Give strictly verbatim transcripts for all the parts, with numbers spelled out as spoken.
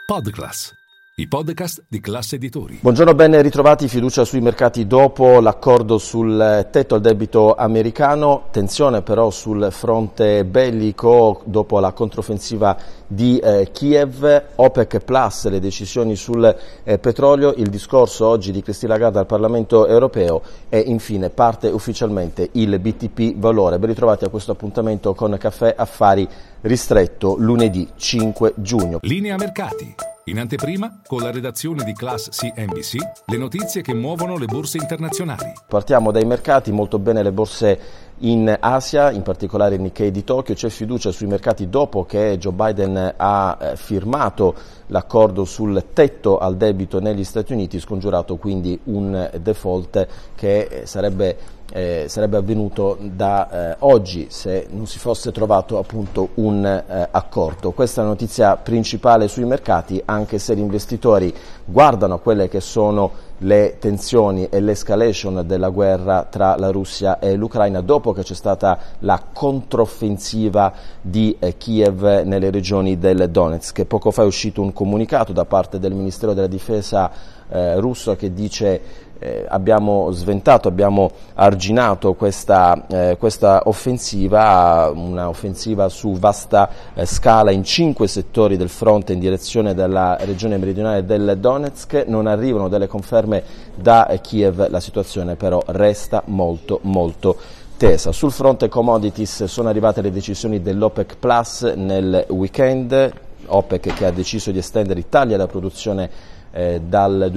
Podclass, i podcast di Class Editori. Buongiorno, ben ritrovati. Fiducia sui mercati dopo l'accordo sul tetto al debito americano. Tensione però sul fronte bellico dopo la controffensiva di eh, Kiev. OPEC Plus, le decisioni sul eh, petrolio, il discorso oggi di Christine Lagarde al Parlamento europeo e infine parte ufficialmente il B T P Valore. Ben ritrovati a questo appuntamento con Caffè Affari ristretto lunedì cinque giugno. Linea mercati. In anteprima, con la redazione di Class C N B C, le notizie che muovono le borse internazionali. Partiamo dai mercati, molto bene le borse in Asia, in particolare il Nikkei di Tokyo. C'è fiducia sui mercati dopo che Joe Biden ha eh, firmato l'accordo sul tetto al debito negli Stati Uniti, scongiurato quindi un default che sarebbe, eh, sarebbe avvenuto da eh, oggi se non si fosse trovato appunto un eh, accordo. Questa è la notizia principale sui mercati, anche se gli investitori guardano a quelle che sono le tensioni e l'escalation della guerra tra la Russia e l'Ucraina dopo che c'è stata la controffensiva di eh, Kiev nelle regioni del Donetsk. Poco fa è uscito un comunicato da parte del Ministero della Difesa eh, russo che dice eh, abbiamo sventato, abbiamo arginato questa, eh, questa offensiva, una offensiva su vasta eh, scala in cinque settori del fronte in direzione della regione meridionale del Donetsk. Non arrivano delle conferme da eh, Kiev, la situazione però resta molto molto tesa. Sul fronte commodities sono arrivate le decisioni dell'OPEC Plus nel weekend, OPEC che ha deciso di estendere i tagli alla produzione eh, dal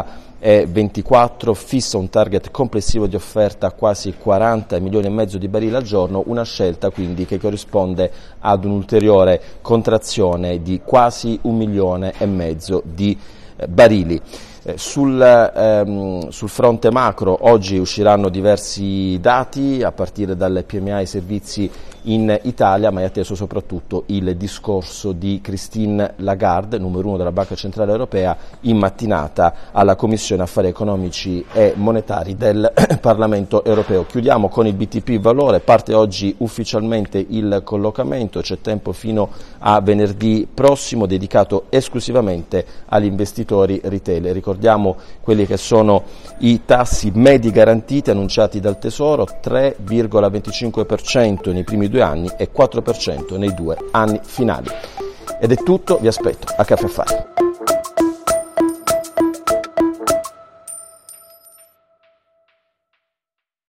duemilaventiquattro, fissa un target complessivo di offerta a quasi quaranta milioni e mezzo di barili al giorno, una scelta quindi che corrisponde ad un'ulteriore contrazione di quasi un milione e mezzo di eh, barili. Eh, sul, ehm, sul fronte macro oggi usciranno diversi dati a partire dal P M I servizi in Italia, ma è atteso soprattutto il discorso di Christine Lagarde, numero uno della Banca Centrale Europea, in mattinata alla Commissione Affari Economici e Monetari del Parlamento Europeo. Chiudiamo con il B T P Valore, parte oggi ufficialmente il collocamento, c'è tempo fino a venerdì prossimo dedicato esclusivamente agli investitori retail. Ricordiamo quelli che sono i tassi medi garantiti annunciati dal Tesoro, tre virgola venticinque per cento nei primi due anni e quattro per cento nei due anni finali. Ed è tutto, vi aspetto a Caffè Affari.